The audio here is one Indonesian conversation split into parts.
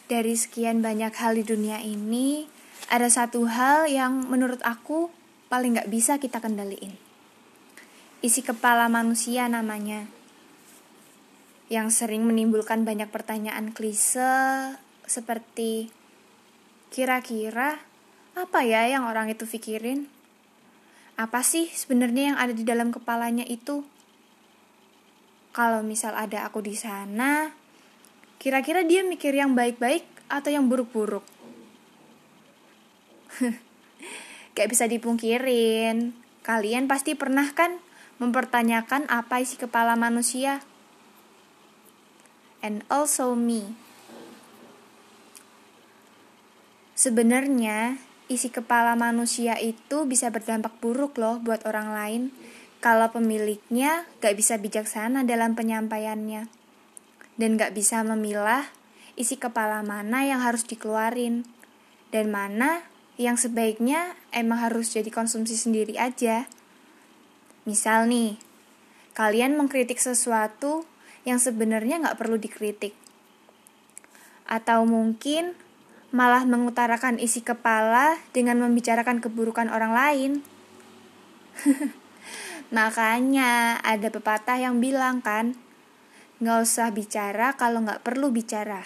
Dari sekian banyak hal di dunia ini, ada satu hal yang menurut aku paling gak bisa kita kendaliin. Isi kepala manusia namanya. Yang sering menimbulkan banyak pertanyaan klise seperti, kira-kira apa ya yang orang itu pikirin? Apa sih sebenarnya yang ada di dalam kepalanya itu? Kalau misal ada aku di sana, kira-kira dia mikir yang baik-baik atau yang buruk-buruk? Gak bisa dipungkirin, kalian pasti pernah kan mempertanyakan apa isi kepala manusia? And also me. Sebenarnya, isi kepala manusia itu bisa berdampak buruk loh buat orang lain kalau pemiliknya gak bisa bijaksana dalam penyampaiannya. Dan gak bisa memilah isi kepala mana yang harus dikeluarin dan mana yang sebaiknya emang harus jadi konsumsi sendiri aja. Misal nih, kalian mengkritik sesuatu yang sebenarnya gak perlu dikritik. Atau mungkin malah mengutarakan isi kepala dengan membicarakan keburukan orang lain. Makanya ada pepatah yang bilang kan, gak usah bicara kalau gak perlu bicara.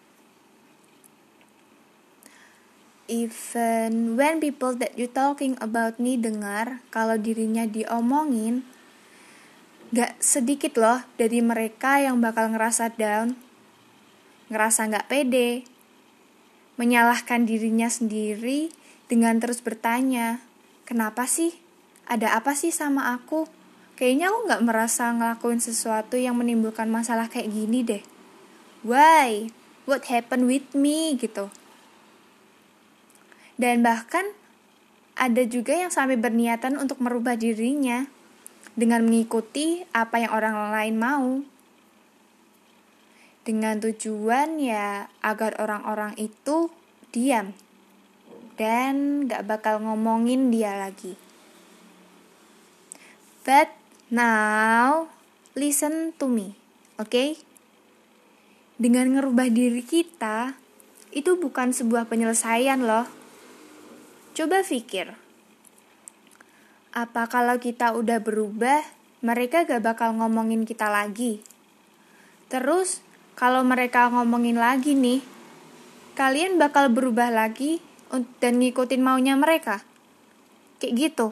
Even when people that you talking about nih dengar kalau dirinya diomongin, gak sedikit loh dari mereka yang bakal ngerasa down, ngerasa gak pede, menyalahkan dirinya sendiri dengan terus bertanya, kenapa sih? Ada apa sih sama aku? Kayaknya aku gak merasa ngelakuin sesuatu yang menimbulkan masalah kayak gini deh. Why? What happened with me? Gitu. Dan bahkan ada juga yang sampai berniatan untuk merubah dirinya dengan mengikuti apa yang orang lain mau. Dengan tujuan ya agar orang-orang itu diam dan gak bakal ngomongin dia lagi. But now, listen to me, okay? Dengan ngerubah diri kita, itu bukan sebuah penyelesaian loh. Coba pikir, apa kalau kita udah berubah, mereka gak bakal ngomongin kita lagi? Terus, kalau mereka ngomongin lagi nih, kalian bakal berubah lagi dan ngikutin maunya mereka? Kayak gitu.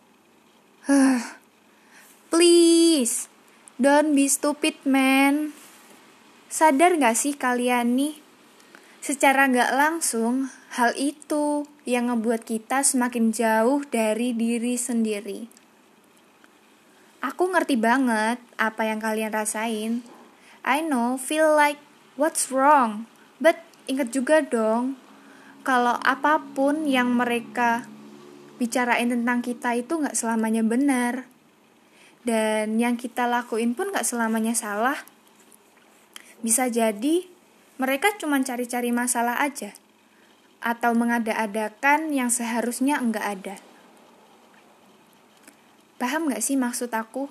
Please, don't be stupid, man. Sadar gak sih kalian nih? Secara gak langsung, hal itu yang ngebuat kita semakin jauh dari diri sendiri. Aku ngerti banget apa yang kalian rasain. I know, feel like, what's wrong? But ingat juga dong, kalau apapun yang mereka bicarain tentang kita itu gak selamanya benar. Dan yang kita lakuin pun gak selamanya salah. Bisa jadi mereka cuma cari-cari masalah aja. Atau mengada-adakan yang seharusnya enggak ada. Paham gak sih maksud aku?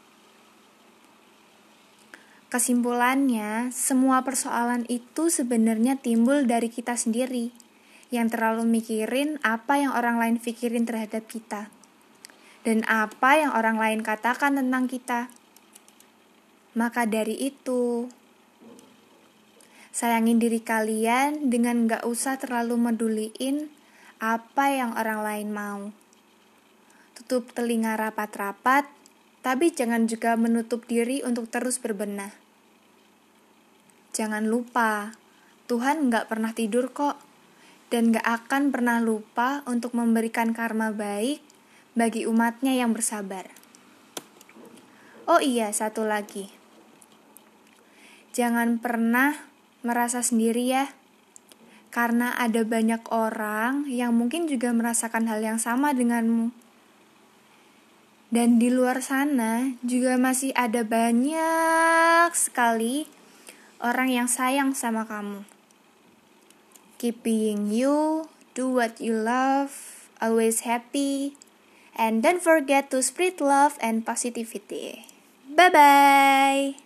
Kesimpulannya, semua persoalan itu sebenarnya timbul dari kita sendiri. Yang terlalu mikirin apa yang orang lain pikirin terhadap kita. Dan apa yang orang lain katakan tentang kita. Maka dari itu, sayangin diri kalian dengan gak usah terlalu meduliin apa yang orang lain mau. Tutup telinga rapat-rapat, tapi jangan juga menutup diri untuk terus berbenah. Jangan lupa, Tuhan gak pernah tidur kok, dan gak akan pernah lupa untuk memberikan karma baik bagi umatnya yang bersabar. Oh iya, satu lagi. Jangan pernah merasa sendiri ya. Karena ada banyak orang yang mungkin juga merasakan hal yang sama denganmu. Dan di luar sana juga masih ada banyak sekali orang yang sayang sama kamu. Keep being you, do what you love, always happy. And don't forget to spread love and positivity. Bye-bye!